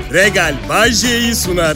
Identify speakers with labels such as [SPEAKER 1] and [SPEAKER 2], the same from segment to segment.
[SPEAKER 1] Regal Bajje'yi sunar.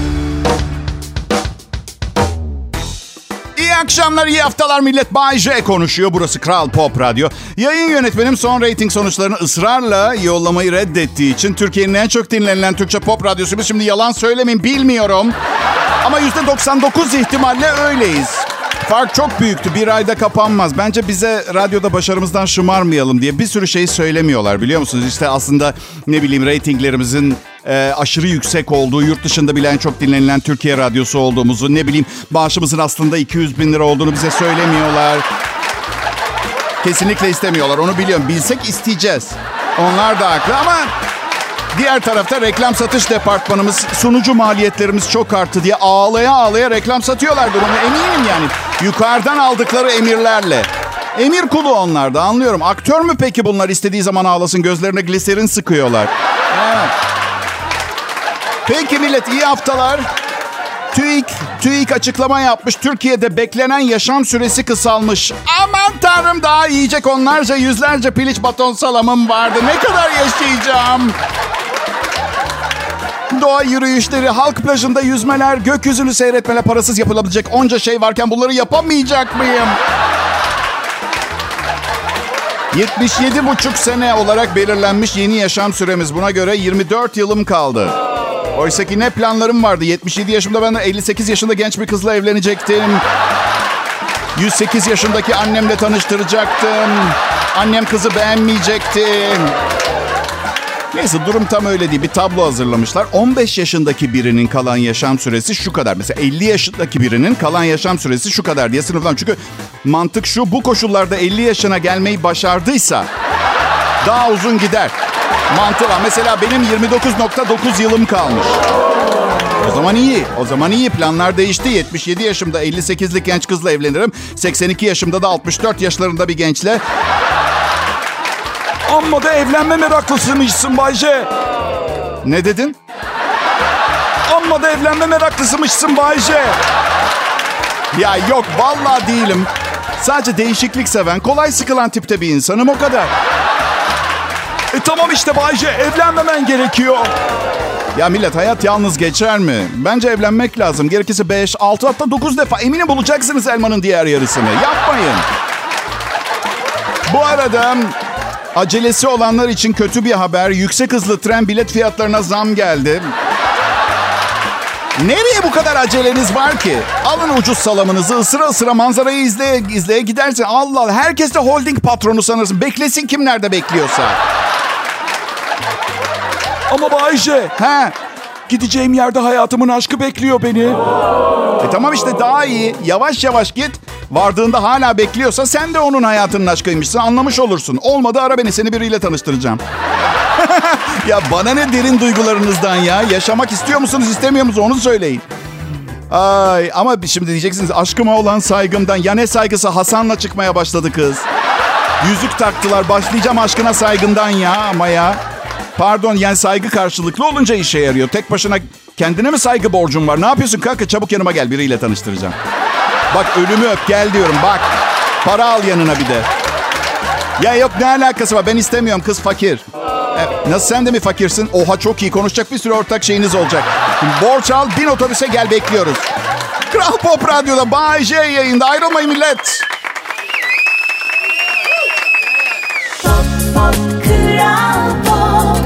[SPEAKER 2] İyi akşamlar, iyi haftalar millet. Bay J konuşuyor. Burası Kral Pop Radyo. Yayın yönetmenim son reyting sonuçlarını ısrarla yollamayı reddettiği için Türkiye'nin en çok dinlenilen Türkçe pop radyosuyuz. Şimdi yalan söylemeyin, bilmiyorum. Ama %99 ihtimalle öyleyiz. Fark çok büyüktü. Bir ayda kapanmaz. Bence bize radyoda başarımızdan şımarmayalım diye bir sürü şey söylemiyorlar, biliyor musunuz? İşte aslında ne bileyim reytinglerimizin aşırı yüksek olduğu, yurt dışında bile en çok dinlenilen Türkiye radyosu olduğumuzu, ne bileyim maaşımızın aslında 200 bin lira olduğunu bize söylemiyorlar. Kesinlikle istemiyorlar, onu biliyorum. Bilsek isteyeceğiz. Onlar da haklı ama diğer tarafta reklam satış departmanımız, sunucu maliyetlerimiz çok arttı diye ağlaya ağlaya reklam satıyorlar durumu. Eminim yani. Yukarıdan aldıkları emirlerle. Emir kulu onlar da, anlıyorum. Aktör mü peki bunlar, istediği zaman ağlasın, gözlerine gliserin sıkıyorlar. Evet. Peki millet, iyi haftalar. TÜİK açıklama yapmış. Türkiye'de beklenen yaşam süresi kısalmış. Aman tanrım, daha yiyecek onlarca yüzlerce piliç baton salamım vardı. Ne kadar yaşayacağım? Doğa yürüyüşleri, halk plajında yüzmeler, gökyüzünü seyretmeler, parasız yapılabilecek onca şey varken bunları yapamayacak mıyım? 77,5 sene olarak belirlenmiş yeni yaşam süremiz. Buna göre 24 yılım kaldı. Oysa ki ne planlarım vardı. 77 yaşımda ben de 58 yaşında genç bir kızla evlenecektim. 108 yaşındaki annemle tanıştıracaktım. Annem kızı beğenmeyecekti. Neyse, durum tam öyle değil. Bir tablo hazırlamışlar. 15 yaşındaki birinin kalan yaşam süresi şu kadar. Mesela 50 yaşındaki birinin kalan yaşam süresi şu kadar diye sınıflan. Çünkü mantık şu: bu koşullarda 50 yaşına gelmeyi başardıysa daha uzun gider. Mantığı var. Mesela benim 29,9 yılım kalmış. O zaman iyi. O zaman iyi. Planlar değişti. 77 yaşımda 58'lik genç kızla evlenirim. 82 yaşımda da 64 yaşlarında bir gençle.
[SPEAKER 3] Amma da evlenme meraklısıymışsın Bay J.
[SPEAKER 2] Ne dedin?
[SPEAKER 3] Amma da evlenme meraklısıymışsın Bay J.
[SPEAKER 2] Ya yok, vallahi değilim. Sadece değişiklik seven, kolay sıkılan tipte bir insanım, o kadar.
[SPEAKER 3] Tamam işte Bay J, evlenmemen gerekiyor.
[SPEAKER 2] Ya millet, hayat yalnız geçer mi? Bence evlenmek lazım. Gerekirse 5, 6 hatta 9 defa. Eminim bulacaksınız elmanın diğer yarısını. Yapmayın. Bu arada acelesi olanlar için kötü bir haber. Yüksek hızlı tren bilet fiyatlarına zam geldi. Nereye bu kadar aceleniz var ki? Alın ucuz salamınızı, ısıra ısıra manzarayı izleye gidersin. Allah Allah, herkes de holding patronu sanırsın. Beklesin kim nerede bekliyorsa.
[SPEAKER 3] Ama Bay J, gideceğim yerde hayatımın aşkı bekliyor beni.
[SPEAKER 2] Tamam işte, daha iyi. Yavaş yavaş git. Vardığında hala bekliyorsa sen de onun hayatının aşkıymışsın. Anlamış olursun. Olmadı ara beni, seni biriyle tanıştıracağım. Ya bana ne derin duygularınızdan ya. Yaşamak istiyor musunuz, istemiyor musunuz, onu söyleyin. Ay, ama şimdi diyeceksiniz aşkıma olan saygımdan. Ya ne saygısı, Hasan'la çıkmaya başladı kız. Yüzük taktılar, başlayacağım aşkına saygından ya, ama ya. Pardon, yani saygı karşılıklı olunca işe yarıyor. Tek başına kendine mi saygı borcun var? Ne yapıyorsun kanka, çabuk yanıma gel, biriyle tanıştıracağım. Bak ölümü öp gel diyorum, bak. Para al yanına bir de. Ya yok, ne alakası var, ben istemiyorum, kız fakir. Nasıl, sen de mi fakirsin? Oha, çok iyi, konuşacak bir sürü ortak şeyiniz olacak. Borç al, bin otobüse gel, bekliyoruz. Kral Pop Radyo'da Bay J yayında, ayrılmayın millet.
[SPEAKER 4] Pop, pop, Kral Pop.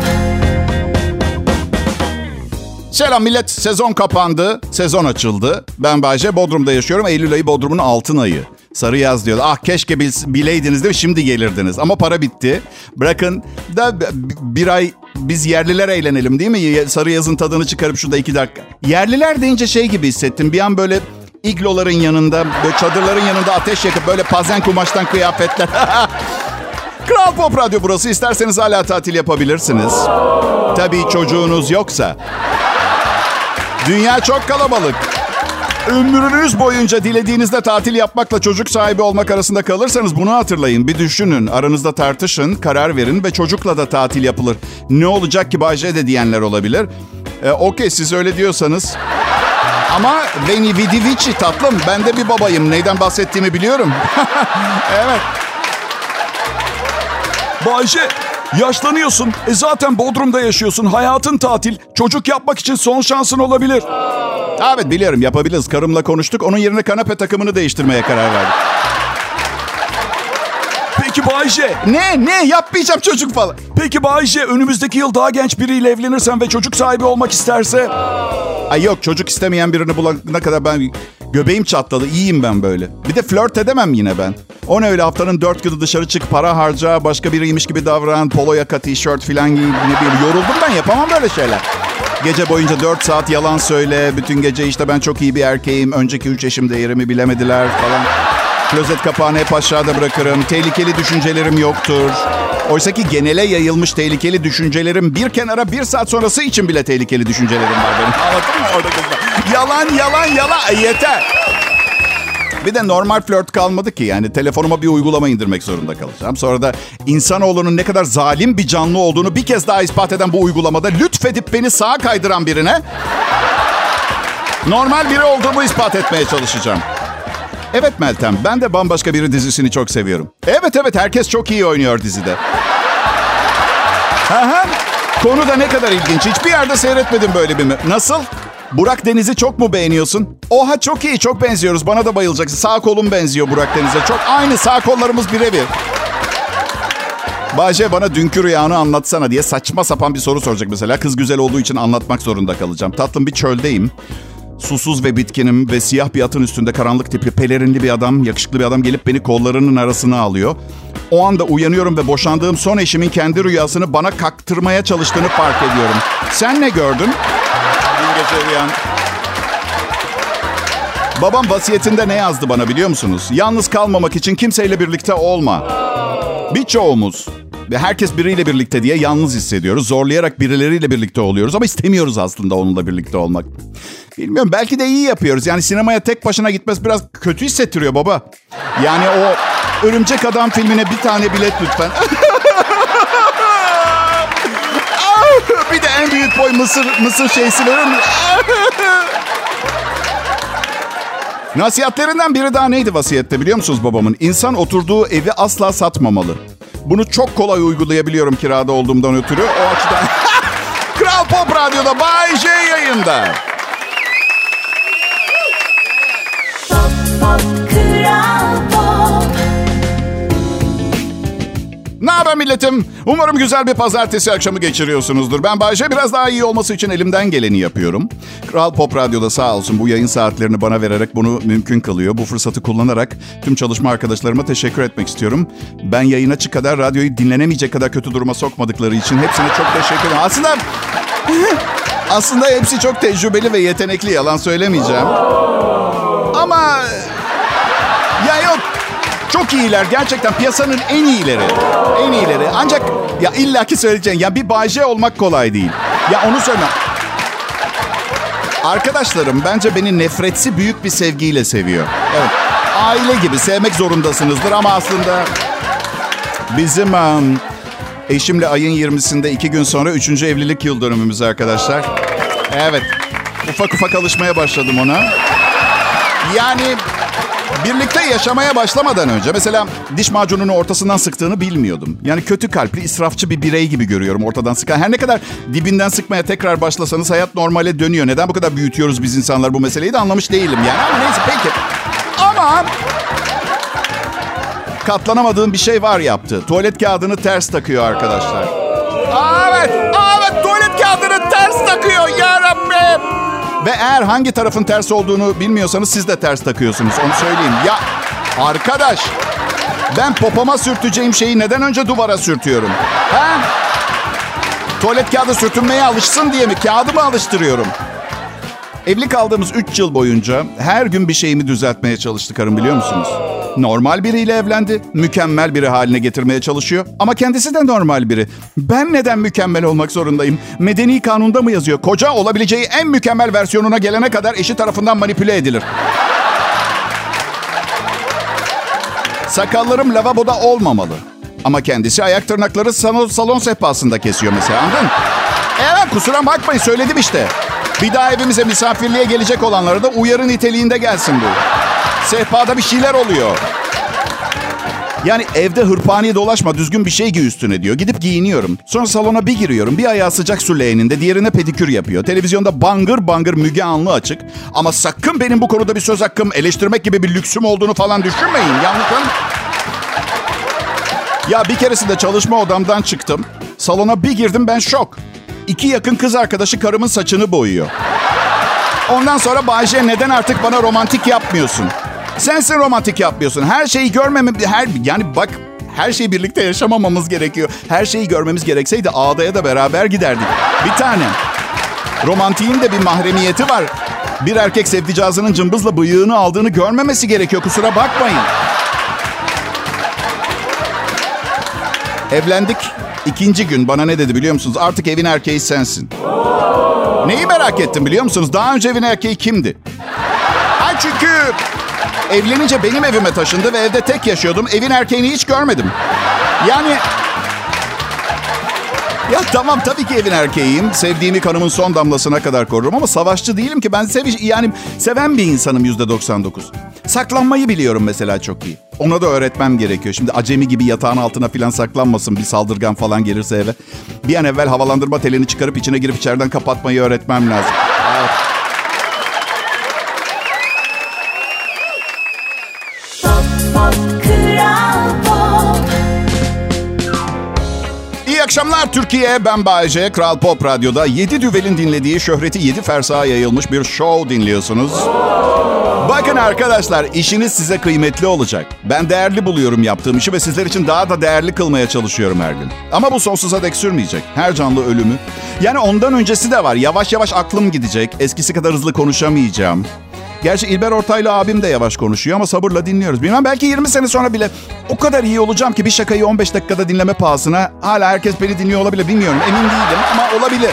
[SPEAKER 2] Selam millet, sezon kapandı, sezon açıldı. Ben Bay J, Bodrum'da yaşıyorum. Eylül ayı Bodrum'un altın ayı. Sarı yaz diyor. Ah keşke bileydiniz değil mi? Şimdi gelirdiniz. Ama para bitti. Bırakın da bir ay biz yerliler eğlenelim değil mi? Sarı yazın tadını çıkarıp şurada 2 dakika. Yerliler deyince şey gibi hissettim. Bir an böyle igloların yanında, böyle çadırların yanında ateş yakıp böyle pazen kumaştan kıyafetler. Kral Pop Radyo burası. İsterseniz hala tatil yapabilirsiniz. Tabii çocuğunuz yoksa. Dünya çok kalabalık. Ömrünüz boyunca dilediğinizde tatil yapmakla çocuk sahibi olmak arasında kalırsanız bunu hatırlayın. Bir düşünün, aranızda tartışın, karar verin ve çocukla da tatil yapılır. Ne olacak ki Bay J de diyenler olabilir. Okey, siz öyle diyorsanız. Ama Veni Vidi Vici tatlım, ben de bir babayım. Neyden bahsettiğimi biliyorum. Evet.
[SPEAKER 3] Bay J, Yaşlanıyorsun. Zaten Bodrum'da yaşıyorsun. Hayatın tatil. Çocuk yapmak için son şansın olabilir.
[SPEAKER 2] Evet biliyorum, yapabiliriz. Karımla konuştuk. Onun yerine kanepe takımını değiştirmeye karar verdik.
[SPEAKER 3] Peki Bayce.
[SPEAKER 2] Ne? Yapmayacağım çocuk falan.
[SPEAKER 3] Peki Bayce, önümüzdeki yıl daha genç biriyle evlenirsen ve çocuk sahibi olmak isterse?
[SPEAKER 2] Ay yok, çocuk istemeyen birini bulana kadar ben göbeğim çatladı. İyiyim ben böyle. Bir de flört edemem yine ben. O ne öyle, haftanın 4 günü dışarı çık, para harca, başka biriymiş gibi davran, polo yaka, tişört falan giy. Ne bileyim, yoruldum ben, yapamam böyle şeyler. Gece boyunca 4 saat yalan söyle. Bütün gece işte ben çok iyi bir erkeğim. Önceki 3 eşim de yerimi bilemediler falan. Klozet kapağını hep aşağıda bırakırım. Tehlikeli düşüncelerim yoktur. Oysaki genele yayılmış tehlikeli düşüncelerim bir kenara, 1 saat sonrası için bile tehlikeli düşüncelerim var benim. Anladın mı orada kızlar? Yalan. Ay, yeter. Bir de normal flört kalmadı ki. Yani telefonuma bir uygulama indirmek zorunda kalacağım. Sonra da insanoğlunun ne kadar zalim bir canlı olduğunu bir kez daha ispat eden bu uygulamada lütfedip beni sağa kaydıran birine normal biri olduğumu ispat etmeye çalışacağım. Evet Meltem, ben de Bambaşka Biri dizisini çok seviyorum. Evet, herkes çok iyi oynuyor dizide. Aha, konu da ne kadar ilginç. Hiçbir yerde seyretmedim böyle bir mi? Nasıl? Burak Deniz'i çok mu beğeniyorsun? Oha, çok iyi, çok benziyoruz. Bana da bayılacaksın. Sağ kolum benziyor Burak Deniz'e. Çok aynı, sağ kollarımız birebir. Bahçe, bana dünkü rüyanı anlatsana diye saçma sapan bir soru soracak mesela. Kız güzel olduğu için anlatmak zorunda kalacağım. Tatlım, bir çöldeyim. Susuz ve bitkinim ve siyah bir atın üstünde karanlık tipli, pelerinli bir adam, yakışıklı bir adam gelip beni kollarının arasına alıyor. O anda uyanıyorum ve boşandığım son eşimin kendi rüyasını bana kaktırmaya çalıştığını fark ediyorum. Sen ne gördün? Dün gece rüyan. Babam vasiyetinde ne yazdı bana biliyor musunuz? Yalnız kalmamak için kimseyle birlikte olma. Birçoğumuz ve herkes biriyle birlikte diye yalnız hissediyoruz. Zorlayarak birileriyle birlikte oluyoruz ama istemiyoruz aslında onunla birlikte olmak. Bilmiyorum, belki de iyi yapıyoruz. Yani sinemaya tek başına gitmesi biraz kötü hissettiriyor baba. Yani o Örümcek Adam filmine bir tane bilet lütfen. Bir de en büyük boy mısır şeysi verir mi? Nasihatlerinden biri daha neydi vasiyette biliyor musunuz babamın? İnsan oturduğu evi asla satmamalı. Bunu çok kolay uygulayabiliyorum kirada olduğumdan ötürü. O açıdan... Kral Pop Radyo'da Bay J yayında. Ne haber milletim? Umarım güzel bir pazartesi akşamı geçiriyorsunuzdur. Ben Bayce, biraz daha iyi olması için elimden geleni yapıyorum. Kral Pop Radyo'da sağ olsun bu yayın saatlerini bana vererek bunu mümkün kılıyor. Bu fırsatı kullanarak tüm çalışma arkadaşlarıma teşekkür etmek istiyorum. Ben yayına çık kadar radyoyu dinlenemeyecek kadar kötü duruma sokmadıkları için hepsine çok teşekkür ederim. Aslında hepsi çok tecrübeli ve yetenekli, yalan söylemeyeceğim. Ama ya yok. Çok iyiler. Gerçekten piyasanın en iyileri. En iyileri. Ancak ya illaki söyleyeceğim. Ya bir Bayce olmak kolay değil. Ya onu söyle. Arkadaşlarım bence beni nefretsi büyük bir sevgiyle seviyor. Evet. Aile gibi sevmek zorundasınızdır ama aslında bizim eşimle ayın 20'sinde 2 gün sonra 3. evlilik yıl dönümümüz arkadaşlar. Evet. Ufak ufak alışmaya başladım ona. Yani birlikte yaşamaya başlamadan önce mesela diş macununu ortasından sıktığını bilmiyordum. Yani kötü kalpli, israfçı bir birey gibi görüyorum ortadan sıkan. Her ne kadar dibinden sıkmaya tekrar başlasanız hayat normale dönüyor. Neden bu kadar büyütüyoruz biz insanlar bu meseleyi de anlamış değilim yani. Ama neyse peki. Ama katlanamadığım bir şey var yaptı. Tuvalet kağıdını ters takıyor arkadaşlar. Evet, tuvalet kağıdını ters takıyor yarabbim. Ve eğer hangi tarafın ters olduğunu bilmiyorsanız siz de ters takıyorsunuz. Onu söyleyeyim. Ya arkadaş, ben popoma sürteceğim şeyi neden önce duvara sürtüyorum? Ha? Tuvalet kağıdı sürtünmeye alışsın diye mi? Kağıdı mı alıştırıyorum? Evli kaldığımız 3 yıl boyunca her gün bir şeyimi düzeltmeye çalıştı karım biliyor musunuz? Normal biriyle evlendi. Mükemmel biri haline getirmeye çalışıyor. Ama kendisi de normal biri. Ben neden mükemmel olmak zorundayım? Medeni kanunda mı yazıyor? Koca olabileceği en mükemmel versiyonuna gelene kadar eşi tarafından manipüle edilir. Sakallarım lavaboda olmamalı. Ama kendisi ayak tırnakları salon sehpasında kesiyor mesela, anladın mı? Evet, kusura bakmayın, söyledim işte. Bir daha evimize misafirliğe gelecek olanlara da uyarı niteliğinde gelsin bu. Sehpada bir şeyler oluyor. Yani evde hırpani dolaşma, düzgün bir şey giy üstüne diyor. Gidip giyiniyorum. Sonra salona bir giriyorum. Bir ayağı sıcak su leğeninde, diğerine pedikür yapıyor. Televizyonda bangır bangır Müge Anlı açık. Ama sakın benim bu konuda bir söz hakkım, eleştirmek gibi bir lüksüm olduğunu falan düşünmeyin. Yanlışım. Ya bir keresinde çalışma odamdan çıktım. Salona bir girdim, ben şok. 2 yakın kız arkadaşı karımın saçını boyuyor. Ondan sonra Bayce, neden artık bana romantik yapmıyorsun? Sensin romantik yapmıyorsun. Her şeyi yani bak, her şeyi birlikte yaşamamamız gerekiyor. Her şeyi görmemiz gerekseydi ağdaya da beraber giderdik. Bir tane. Romantiğin de bir mahremiyeti var. Bir erkek sevdicazının cımbızla bıyığını aldığını görmemesi gerekiyor. Kusura bakmayın. Evlendik. 2. gün bana ne dedi biliyor musunuz? Artık evin erkeği sensin. Neyi merak ettim biliyor musunuz? Daha önce evin erkeği kimdi? Çünkü evlenince benim evime taşındı ve evde tek yaşıyordum. Evin erkeğini hiç görmedim. Yani... Ya tamam, tabii ki evin erkeğiyim. Sevdiğimi kanımın son damlasına kadar korurum ama savaşçı değilim ki. Ben seven bir insanım %99. Saklanmayı biliyorum mesela çok iyi. Ona da öğretmem gerekiyor. Şimdi acemi gibi yatağın altına falan saklanmasın, bir saldırgan falan gelirse eve. Bir an evvel havalandırma telini çıkarıp içine girip içeriden kapatmayı öğretmem lazım. Evet. İyi akşamlar Türkiye, ben Bayece. Kral Pop Radyo'da 7 düvelin dinlediği, şöhreti 7 fersaha yayılmış bir show dinliyorsunuz. Bakın arkadaşlar, işiniz size kıymetli olacak. Ben değerli buluyorum yaptığım işi ve sizler için daha da değerli kılmaya çalışıyorum her gün. Ama bu sonsuza dek sürmeyecek. Her canlı ölümü. Yani ondan öncesi de var. Yavaş yavaş aklım gidecek. Eskisi kadar hızlı konuşamayacağım. Gerçi İlber Ortaylı abim de yavaş konuşuyor ama sabırla dinliyoruz. Bilmem, belki 20 sene sonra bile o kadar iyi olacağım ki bir şakayı 15 dakikada dinleme pahasına hala herkes beni dinliyor olabilir, bilmiyorum. Emin değilim ama olabilir.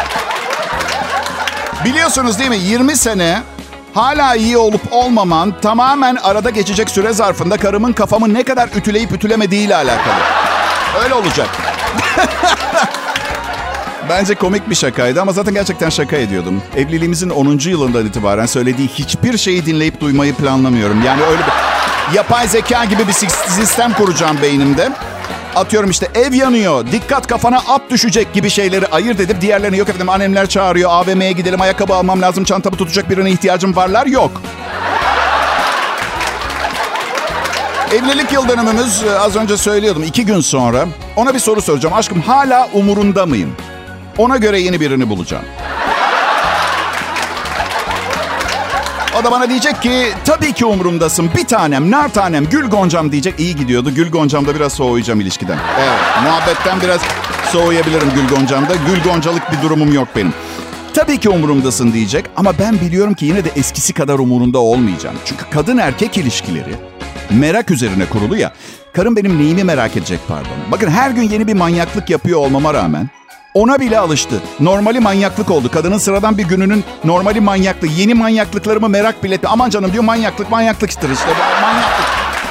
[SPEAKER 2] Biliyorsunuz değil mi? 20 sene hala iyi olup olmaman tamamen arada geçecek süre zarfında karımın kafamı ne kadar ütüleyip ütülemediğiyle alakalı. Öyle olacak. Bence komik bir şakaydı ama zaten gerçekten şaka ediyordum. Evliliğimizin 10. yılından itibaren söylediği hiçbir şeyi dinleyip duymayı planlamıyorum. Yani öyle bir yapay zeka gibi bir sistem kuracağım beynimde. Atıyorum işte, ev yanıyor, dikkat kafana at düşecek gibi şeyleri ayırt edip diğerlerini yok efendim. Annemler çağırıyor, AVM'ye gidelim, ayakkabı almam lazım, çantamı tutacak birine ihtiyacım varlar, yok. Evlilik yıl dönümümüz, az önce söylüyordum, 2 gün sonra. Ona bir soru soracağım. Aşkım, hala umurunda mıyım? Ona göre yeni birini bulacağım. O da bana diyecek ki tabii ki umurumdasın. Bir tanem, nar tanem, gül goncam diyecek. İyi gidiyordu. Gül goncamda biraz soğuyacağım ilişkiden. Evet, muhabbetten biraz soğuyabilirim gül goncamda. Gül goncalık bir durumum yok benim. Tabii ki umurumdasın diyecek ama ben biliyorum ki yine de eskisi kadar umurunda olmayacağım. Çünkü kadın erkek ilişkileri merak üzerine kurulu ya. Karım benim neyimi merak edecek pardon. Bakın, her gün yeni bir manyaklık yapıyor olmama rağmen ona bile alıştı. Normali manyaklık oldu. Kadının sıradan bir gününün normali manyaklığı. Yeni manyaklıklarımı merak bile etti. Aman canım diyor, manyaklıktır işte. Manyaklık.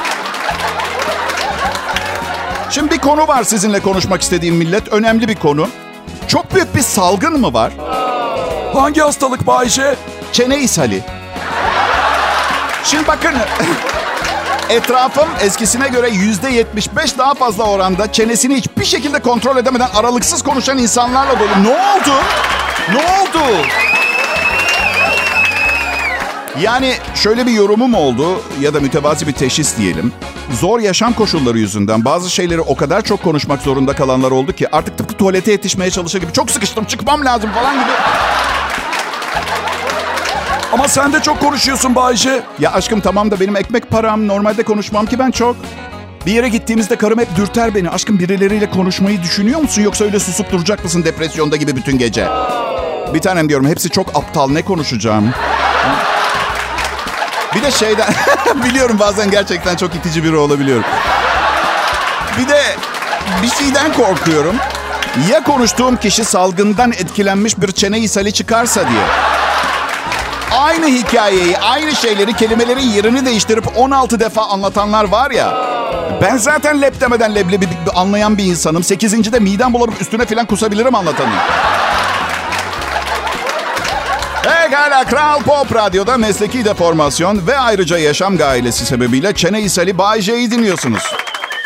[SPEAKER 2] Şimdi bir konu var sizinle konuşmak istediğim millet. Önemli bir konu. Çok büyük bir salgın mı var?
[SPEAKER 3] Hangi hastalık Bayce?
[SPEAKER 2] Çene ishali. Şimdi bakın... Etrafım eskisine göre %75 daha fazla oranda çenesini hiçbir şekilde kontrol edemeden aralıksız konuşan insanlarla dolu. Ne oldu? Ne oldu? Yani şöyle bir yorumum oldu ya da mütevazi bir teşhis diyelim. Zor yaşam koşulları yüzünden bazı şeyleri o kadar çok konuşmak zorunda kalanlar oldu ki artık tıpkı tuvalete yetişmeye çalışır gibi, çok sıkıştım, çıkmam lazım falan gibi.
[SPEAKER 3] Ama sen de çok konuşuyorsun Bayce.
[SPEAKER 2] Ya aşkım tamam da benim ekmek param, normalde konuşmam ki ben çok. Bir yere gittiğimizde karım hep dürter beni. Aşkım, birileriyle konuşmayı düşünüyor musun yoksa öyle susup duracak mısın depresyonda gibi bütün gece? Bir tanem diyorum, hepsi çok aptal, ne konuşacağım? Bir de şeyden biliyorum, bazen gerçekten çok itici biri olabiliyorum. Bir de bir şeyden korkuyorum. Ya konuştuğum kişi salgından etkilenmiş bir çene ishali çıkarsa diye. Aynı hikayeyi, aynı şeyleri, kelimelerin yerini değiştirip 16 defa anlatanlar var ya. Ben zaten lep demeden leblebi anlayan bir insanım. 8. midem bulanıp üstüne falan kusabilirim anlatanın. Pekala, Kral Pop Radyo'da mesleki deformasyon ve ayrıca yaşam gailesi sebebiyle çene ishali Bay J'yi dinliyorsunuz.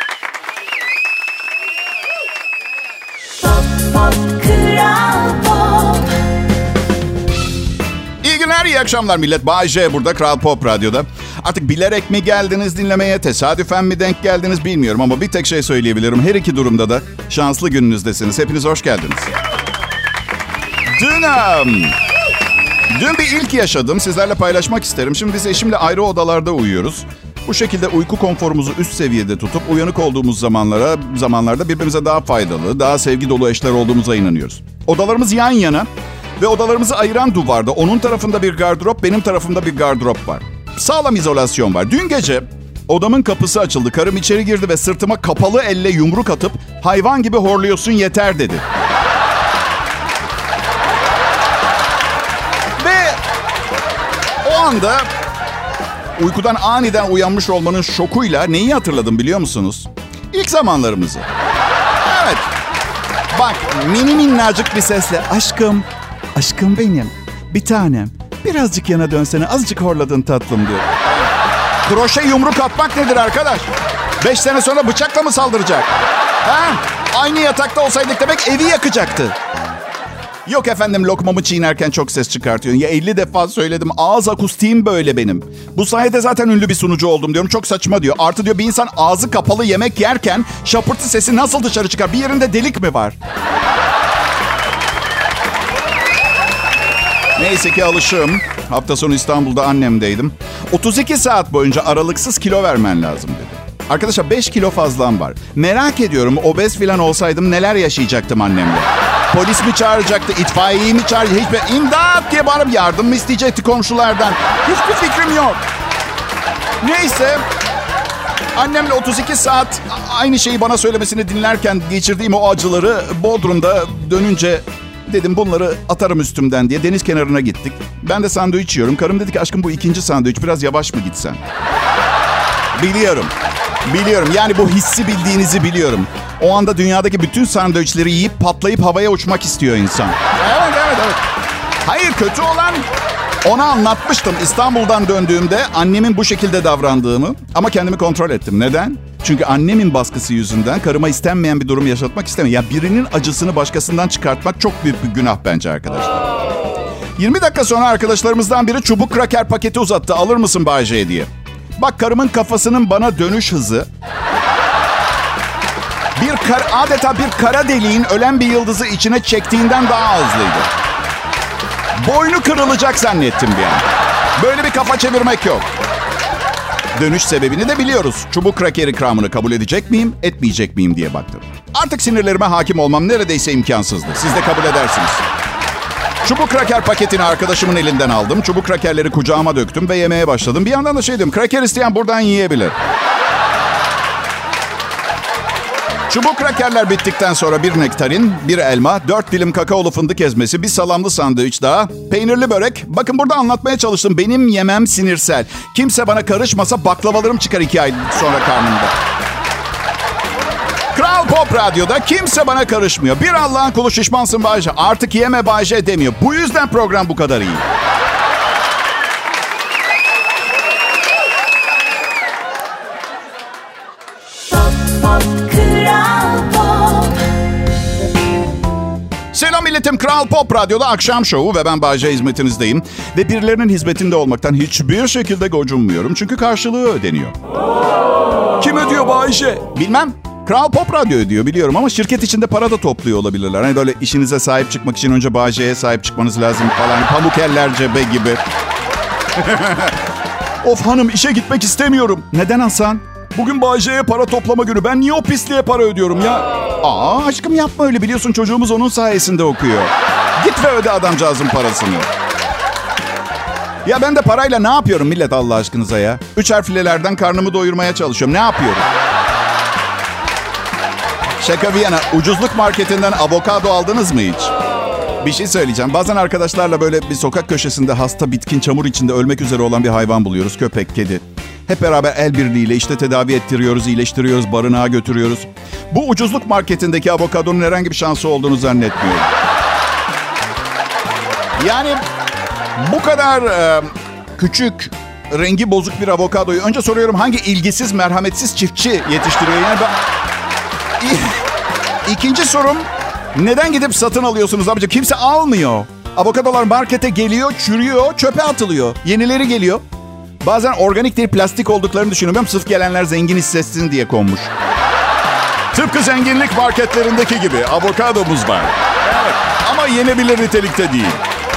[SPEAKER 2] İyi akşamlar millet. Bay J burada, Kral Pop Radyo'da. Artık bilerek mi geldiniz dinlemeye, tesadüfen mi denk geldiniz bilmiyorum ama bir tek şey söyleyebilirim. Her iki durumda da şanslı gününüzdesiniz. Hepiniz hoş geldiniz. Dün bir ilk yaşadım. Sizlerle paylaşmak isterim. Şimdi biz eşimle ayrı odalarda uyuyoruz. Bu şekilde uyku konforumuzu üst seviyede tutup uyanık olduğumuz zamanlarda birbirimize daha faydalı, daha sevgi dolu eşler olduğumuza inanıyoruz. Odalarımız yan yana ve odalarımızı ayıran duvarda onun tarafında bir gardırop, benim tarafımda bir gardırop var. Sağlam izolasyon var. Dün gece odamın kapısı açıldı. Karım içeri girdi ve sırtıma kapalı elle yumruk atıp hayvan gibi horluyorsun yeter dedi. Ve o anda uykudan aniden uyanmış olmanın şokuyla neyi hatırladım biliyor musunuz? İlk zamanlarımızı. Evet. Bak mini minnacık bir sesle aşkım benim, bir tanem. Birazcık yana dönsene, azıcık horladın tatlım diyor. Kroşe yumruk atmak nedir arkadaş? 5 sene sonra bıçakla mı saldıracak? Ha? Aynı yatakta olsaydık demek evi yakacaktı. Yok efendim lokmamı çiğnerken çok ses çıkartıyorsun. Ya 50 defa söyledim, ağız akustiğim böyle benim. Bu sayede zaten ünlü bir sunucu oldum diyorum. Çok saçma diyor. Artı diyor bir insan ağzı kapalı yemek yerken şapırtı sesi nasıl dışarı çıkar? Bir yerinde delik mi var? Neyse ki alışığım. Hafta sonu İstanbul'da annemdeydim. 32 saat boyunca aralıksız kilo vermen lazım dedi. Arkadaşlar 5 kilo fazlam var. Merak ediyorum obez falan olsaydım neler yaşayacaktım annemle. Polis mi çağıracaktı, itfaiyeyi mi çağıracaktı? Hiçbir imdat diye bağırıp yardım mı isteyecekti komşulardan? Hiçbir fikrim yok. Neyse. Annemle 32 saat aynı şeyi bana söylemesini dinlerken geçirdiğim o acıları Bodrum'da dönünce dedim bunları atarım üstümden diye deniz kenarına gittik. Ben de sandviç yiyorum. Karım dedi ki aşkım bu ikinci sandviç biraz yavaş mı gitsen? Biliyorum. Yani bu hissi bildiğinizi biliyorum. O anda dünyadaki bütün sandviçleri yiyip patlayıp havaya uçmak istiyor insan. Evet. Hayır kötü olan ona anlatmıştım İstanbul'dan döndüğümde annemin bu şekilde davrandığımı ama kendimi kontrol ettim. Neden? Çünkü annemin baskısı yüzünden karıma istenmeyen bir durum yaşatmak istemiyorum. Ya birinin acısını başkasından çıkartmak çok büyük bir günah bence arkadaşlar. 20 dakika sonra arkadaşlarımızdan biri çubuk kraker paketi uzattı. Alır mısın Bay J diye. Bak karımın kafasının bana dönüş hızı adeta bir kara deliğin ölen bir yıldızı içine çektiğinden daha hızlıydı. Boynu kırılacak zannettim bir an. Böyle bir kafa çevirmek yok. Dönüş sebebini de biliyoruz. Çubuk kraker ikramını kabul edecek miyim, etmeyecek miyim diye baktım. Artık sinirlerime hakim olmam neredeyse imkansızdı. Siz de kabul edersiniz. Çubuk kraker paketini arkadaşımın elinden aldım. Çubuk krakerleri kucağıma döktüm ve yemeye başladım. Bir yandan da şey dedim, kraker isteyen buradan yiyebilir. Çubuk krakerler bittikten sonra bir nektarin, bir elma, 4 dilim kakaolu fındık ezmesi, bir salamlı sandviç daha, peynirli börek. Bakın burada anlatmaya çalıştım. Benim yemem sinirsel. Kimse bana karışmasa baklavalarım çıkar 2 ay sonra karnımda. Kral Pop Radyo'da kimse bana karışmıyor. Bir Allah'ın kulu şişmansın Bay J. Artık yeme Bay J demiyor. Bu yüzden program bu kadar iyi. Selam milletim, Kral Pop Radyo'da akşam şovu ve ben Bay J hizmetinizdeyim. Ve birilerinin hizmetinde olmaktan hiçbir şekilde gocunmuyorum. Çünkü karşılığı ödeniyor.
[SPEAKER 3] Kim ödüyor Bay J?
[SPEAKER 2] Bilmem. Kral Pop Radyo ödüyor biliyorum ama şirket içinde para da topluyor olabilirler. Hani böyle işinize sahip çıkmak için önce Bay J'ye sahip çıkmanız lazım falan. Pamuk eller cebe gibi.
[SPEAKER 3] Of hanım işe gitmek istemiyorum.
[SPEAKER 2] Neden Hasan?
[SPEAKER 3] Bugün Bay J'ye para toplama günü. Ben niye o pisliğe para ödüyorum ya?
[SPEAKER 2] Aa aşkım yapma öyle, biliyorsun çocuğumuz onun sayesinde okuyor. Git ve öde adamcağızın parasını. Ya ben de parayla ne yapıyorum millet Allah aşkınıza ya? 3 harflilerden karnımı doyurmaya çalışıyorum. Ne yapıyorum? Şaka bir yana, ucuzluk marketinden avokado aldınız mı hiç? Bir şey söyleyeceğim. Bazen arkadaşlarla böyle bir sokak köşesinde hasta, bitkin, çamur içinde ölmek üzere olan bir hayvan buluyoruz. Köpek, kedi. Hep beraber el birliğiyle işte tedavi ettiriyoruz, iyileştiriyoruz, barınağa götürüyoruz. Bu ucuzluk marketindeki avokadonun herhangi bir şansı olduğunu zannetmiyorum. Yani bu kadar küçük, rengi bozuk bir avokadoyu önce soruyorum hangi ilgisiz, merhametsiz çiftçi yetiştiriyor? Yani İkinci sorum, neden gidip satın alıyorsunuz amca? Kimse almıyor. Avokadolar markete geliyor, çürüyor, çöpe atılıyor. Yenileri geliyor. Bazen organik değil, plastik olduklarını düşünüyorum. Sırf gelenler zengin hissetsin diye konmuş. Tıpkı zenginlik marketlerindeki gibi avokadomuz var. Evet, ama yenebilir nitelikte değil.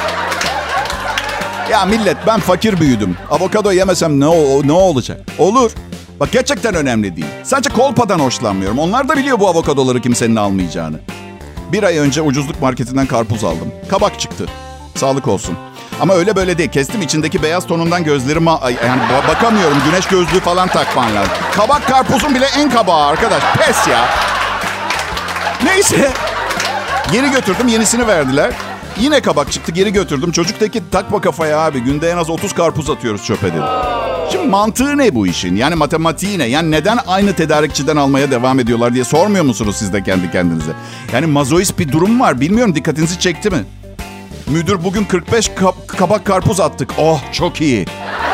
[SPEAKER 2] Ya millet, ben fakir büyüdüm. Avokado yemesem ne olacak? Olur. Bak gerçekten önemli değil. Sadece kolpadan hoşlanmıyorum. Onlar da biliyor bu avokadoları kimsenin almayacağını. Bir ay önce ucuzluk marketinden karpuz aldım. Kabak çıktı. Sağlık olsun. Ama öyle böyle değil. Kestim, içindeki beyaz tonundan gözlerime yani bakamıyorum. Güneş gözlüğü falan takman lazım. Kabak karpuzun bile en kabağı arkadaş. Pes ya. Neyse. Geri götürdüm, yenisini verdiler. Yine kabak çıktı, geri götürdüm. Çocuktaki takma kafaya abi. Günde en az 30 karpuz atıyoruz çöpe dedi. Şimdi mantığı ne bu işin? Yani matematiği ne? Yani neden aynı tedarikçiden almaya devam ediyorlar diye sormuyor musunuz siz de kendi kendinize? Yani mazoist bir durum var. Bilmiyorum, dikkatinizi çekti mi? Müdür bugün 45 kabak karpuz attık. Oh çok iyi.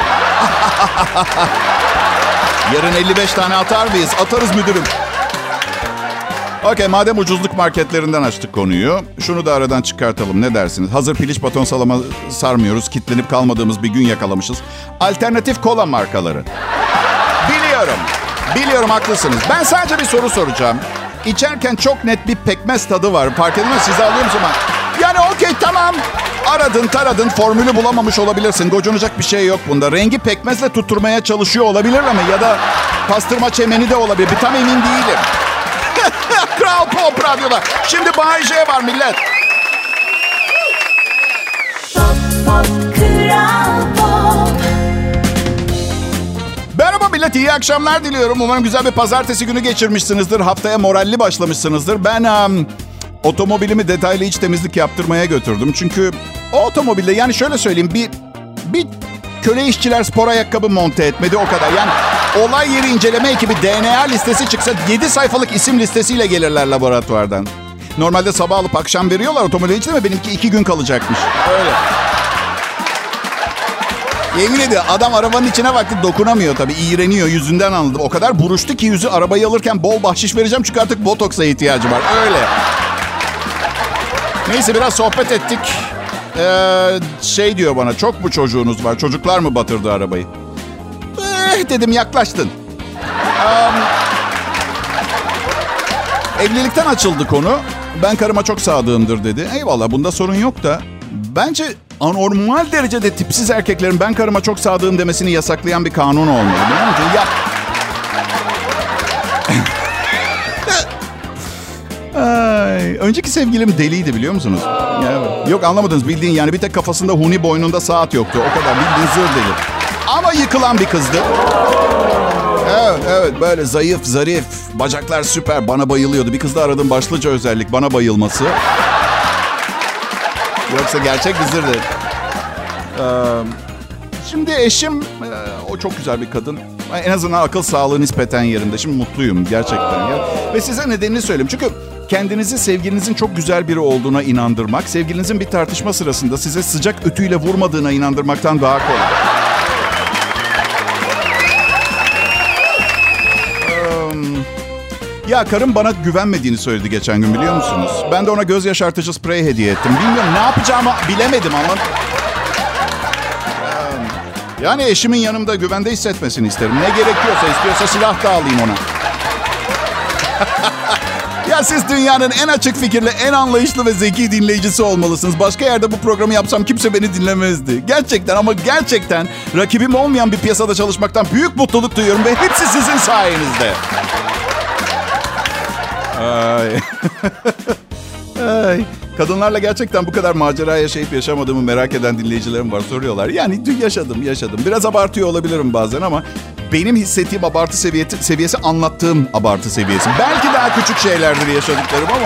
[SPEAKER 2] Yarın 55 tane atar mıyız? Atarız müdürüm. Okey, madem ucuzluk marketlerinden açtık konuyu, şunu da aradan çıkartalım, ne dersiniz? Hazır piliç baton salama sarmıyoruz, kitlenip kalmadığımız bir gün yakalamışız. Alternatif kola markaları. Biliyorum haklısınız. Ben sadece bir soru soracağım. İçerken çok net bir pekmez tadı var. Fark edemez, siz alıyor musunuz? Yani okey, tamam. Aradın taradın, formülü bulamamış olabilirsin. Gocunacak bir şey yok bunda. Rengi pekmezle tutturmaya çalışıyor olabilir mi? Ya da pastırma çemeni de olabilir. Bir tam emin değilim. Kral Pop Radyo'da. Şimdi Bay J var millet.
[SPEAKER 4] Pop, pop, Kral Pop.
[SPEAKER 2] Merhaba millet, iyi akşamlar diliyorum. Umarım güzel bir pazartesi günü geçirmişsinizdir. Haftaya moralli başlamışsınızdır. Ben otomobilimi detaylı iç temizlik yaptırmaya götürdüm. Çünkü o otomobilde, yani şöyle söyleyeyim, bir köle işçiler spor ayakkabı monte etmedi, o kadar. Yani olay yeri inceleme ekibi DNA listesi çıksa 7 sayfalık isim listesiyle gelirler laboratuvardan. Normalde sabah alıp akşam veriyorlar otomobil için, ama benimki 2 gün kalacakmış. Öyle. Yemin ediyorum, adam arabanın içine baktı, dokunamıyor tabii, iğreniyor, yüzünden anladım. O kadar buruştu ki yüzü, arabayı alırken bol bahşiş vereceğim çünkü artık botoksa ihtiyacı var. Öyle. Neyse, biraz sohbet ettik. Diyor bana, çok mu çocuğunuz var? Çocuklar mı batırdı arabayı? Dedim, yaklaştın. Evlilikten açıldı konu. Ben karıma çok sadığımdır dedi. Eyvallah, bunda sorun yok da. Bence anormal derecede tipsiz erkeklerin ben karıma çok sadığım demesini yasaklayan bir kanun olmalı. Biliyor musun? Ya... önceki sevgilim deliydi, biliyor musunuz? Ya, yok, anlamadınız, bildiğin yani bir tek kafasında huni, boynunda saat yoktu. O kadar, bildiğin zır deli. Ama yıkılan bir kızdı. Evet, böyle zayıf, zarif, bacaklar süper, bana bayılıyordu. Bir kızda aradım, başlıca özellik bana bayılması. Yoksa gerçek bir zır deli. Şimdi eşim, o çok güzel bir kadın. En azından akıl sağlığı nispeten yerinde. Şimdi mutluyum gerçekten. Ya. Ve size nedenini söyleyeyim. Çünkü kendinizi sevgilinizin çok güzel biri olduğuna inandırmak, sevgilinizin bir tartışma sırasında size sıcak ötüyle vurmadığına inandırmaktan daha kolay. Ya karım bana güvenmediğini söyledi geçen gün, biliyor musunuz? Ben de ona göz yaşartıcı sprey hediye ettim. Bilmiyorum, ne yapacağımı bilemedim ama... Yani eşimin yanımda güvende hissetmesini isterim. Ne gerekiyorsa, istiyorsa silah da alayım ona. Ya siz dünyanın en açık fikirli, en anlayışlı ve zeki dinleyicisi olmalısınız. Başka yerde bu programı yapsam kimse beni dinlemezdi. Gerçekten, ama gerçekten rakibim olmayan bir piyasada çalışmaktan büyük mutluluk duyuyorum ve hepsi sizin sayenizde. Ay. Ay. Kadınlarla gerçekten bu kadar macera yaşayıp yaşamadığımı merak eden dinleyicilerim var, soruyorlar. Yani yaşadım. Biraz abartıyor olabilirim bazen ama benim hissettiğim abartı seviyesi anlattığım abartı seviyesi. Belki daha küçük şeylerdir yaşadıklarım ama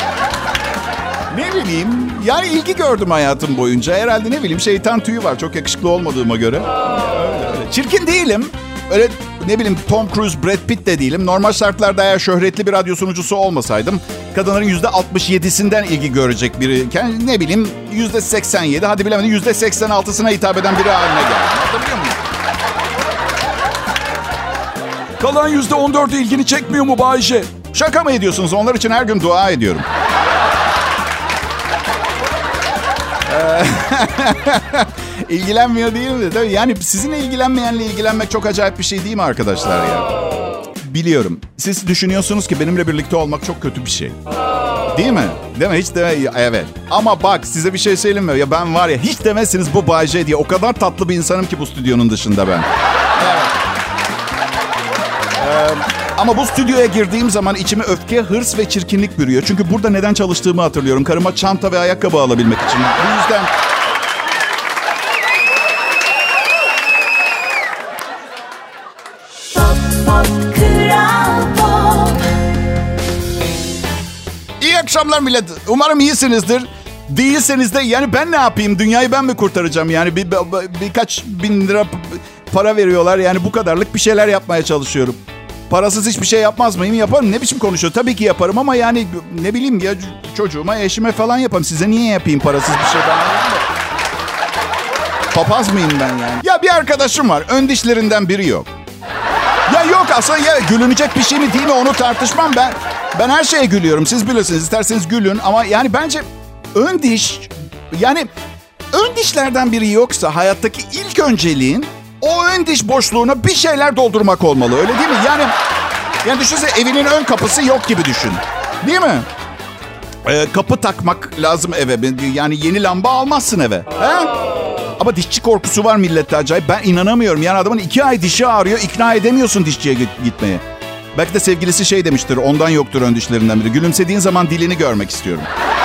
[SPEAKER 2] ne bileyim, yani ilgi gördüm hayatım boyunca. Herhalde ne bileyim, şeytan tüyü var çok yakışıklı olmadığıma göre. Öyle. Çirkin değilim. Öyle ne bileyim Tom Cruise, Brad Pitt de değilim. Normal şartlarda eğer şöhretli bir radyo sunucusu olmasaydım kadınların %67'sinden ilgi görecek biri. Ne bileyim %87, hadi bilemedim %86'sına hitap eden biri haline geldim. Anlatabiliyor muyum?
[SPEAKER 3] Kalan %14'ü ilgini çekmiyor mu Bayce?
[SPEAKER 2] Şaka mı ediyorsunuz? Onlar için her gün dua ediyorum. İlgilenmiyor değil mi? Tabii yani sizinle ilgilenmeyenle ilgilenmek çok acayip bir şey değil mi arkadaşlar ya? Biliyorum. Siz düşünüyorsunuz ki benimle birlikte olmak çok kötü bir şey. Değil mi? Değil mi? Hiç deme. Evet. Ama bak size bir şey söyleyeyim mi? Ya ben var ya hiç demezsiniz bu Bay J diye. O kadar tatlı bir insanım ki bu stüdyonun dışında ben. Evet. Ama bu stüdyoya girdiğim zaman içime öfke, hırs ve çirkinlik bürüyor. Çünkü burada neden çalıştığımı hatırlıyorum. Karıma çanta ve ayakkabı alabilmek için. Bu yüzden... İyi akşamlar millet. Umarım iyisinizdir. Değilseniz de yani ben ne yapayım? Dünyayı ben mi kurtaracağım? Yani birkaç bin lira para veriyorlar. Yani bu kadarlık bir şeyler yapmaya çalışıyorum. Parasız hiçbir şey yapmaz mıyım? Yaparım. Ne biçim konuşuyor? Tabii ki yaparım ama yani ne bileyim ya çocuğuma, eşime falan yaparım. Size niye yapayım parasız bir şey? Papaz mıyım ben yani? Ya bir arkadaşım var. Ön dişlerinden biri yok. Ya yok aslında ya gülünecek bir şey mi değil mi onu tartışmam ben. Ben her şeye gülüyorum. Siz bilirsiniz. İsterseniz gülün ama yani bence ön diş yani ön dişlerden biri yoksa hayattaki ilk önceliğin o ön diş boşluğuna bir şeyler doldurmak olmalı. Öyle değil mi? Yani düşünsene evinin ön kapısı yok gibi düşün. Değil mi? Kapı takmak lazım eve. Yani yeni lamba almazsın eve. He? Ama dişçi korkusu var millette acayip. Ben inanamıyorum. Yani adamın 2 ay dişi ağrıyor. İkna edemiyorsun dişçiye gitmeye. Belki de sevgilisi şey demiştir. Ondan yoktur ön dişlerinden biri. Gülümsediğin zaman dilini görmek istiyorum.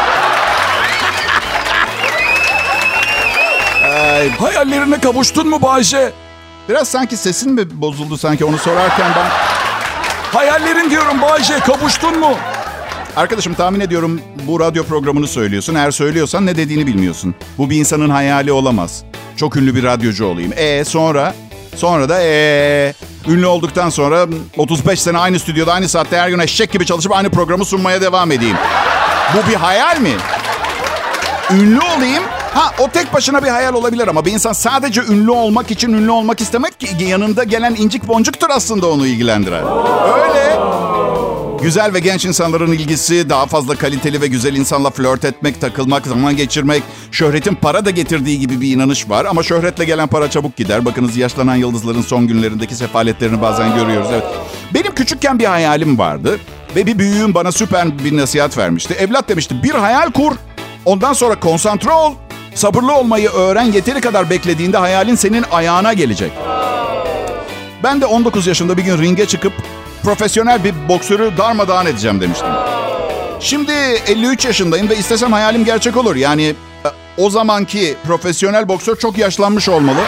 [SPEAKER 3] Hayallerine kavuştun mu Bayce?
[SPEAKER 2] Biraz sanki sesin mi bozuldu sanki onu sorarken ben...
[SPEAKER 3] Hayallerin diyorum Bayce, kavuştun mu?
[SPEAKER 2] Arkadaşım tahmin ediyorum bu radyo programını söylüyorsun. Eğer söylüyorsan ne dediğini bilmiyorsun. Bu bir insanın hayali olamaz. Çok ünlü bir radyocu olayım. Sonra da ünlü olduktan sonra 35 sene aynı stüdyoda aynı saatte her gün eşek gibi çalışıp aynı programı sunmaya devam edeyim. Bu bir hayal mi? Ünlü olayım. O tek başına bir hayal olabilir ama bir insan sadece ünlü olmak için ünlü olmak istemek ki yanında gelen incik boncuktur aslında onu ilgilendiren. Öyle. Güzel ve genç insanların ilgisi, daha fazla kaliteli ve güzel insanla flört etmek, takılmak, zaman geçirmek, şöhretin para da getirdiği gibi bir inanış var. Ama şöhretle gelen para çabuk gider. Bakınız yaşlanan yıldızların son günlerindeki sefaletlerini bazen görüyoruz. Evet. Benim küçükken bir hayalim vardı ve bir büyüğüm bana süper bir nasihat vermişti. Evlat demişti, bir hayal kur, ondan sonra konsantre ol, sabırlı olmayı öğren, yeteri kadar beklediğinde hayalin senin ayağına gelecek. Ben de 19 yaşında bir gün ringe çıkıp profesyonel bir boksörü darmadağın edeceğim demiştim. Şimdi 53 yaşındayım ve istesem hayalim gerçek olur. Yani o zamanki profesyonel boksör çok yaşlanmış olmalı.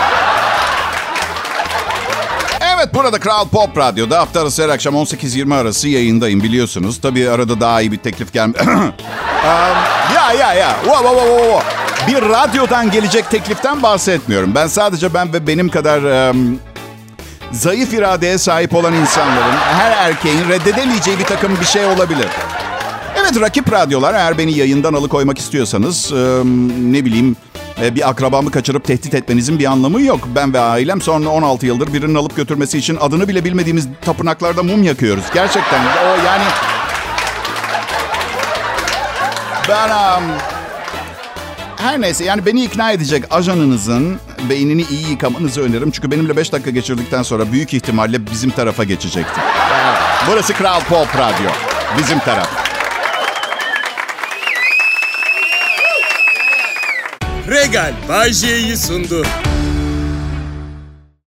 [SPEAKER 2] Evet, burada Kral Pop Radyo'da hafta arası her akşam 18-20 arası yayındayım biliyorsunuz. Tabii arada daha iyi bir teklif Wow. Bir radyodan gelecek tekliften bahsetmiyorum. Ben sadece ben ve benim kadar zayıf iradeye sahip olan insanların, her erkeğin reddedemeyeceği bir takım bir şey olabilir. Evet, rakip radyolar eğer beni yayından alıkoymak istiyorsanız ne bileyim bir akrabamı kaçırıp tehdit etmenizin bir anlamı yok. Ben ve ailem sonra 16 yıldır birinin alıp götürmesi için adını bile bilmediğimiz tapınaklarda mum yakıyoruz. Gerçekten o yani... Ben... Her neyse yani beni ikna edecek ajanınızın beynini iyi yıkamanızı öneririm. Çünkü benimle 5 dakika geçirdikten sonra büyük ihtimalle bizim tarafa geçecektir. Burası Kral Pop Radyo. Bizim taraf.
[SPEAKER 1] Regal Bay J'yi sundu.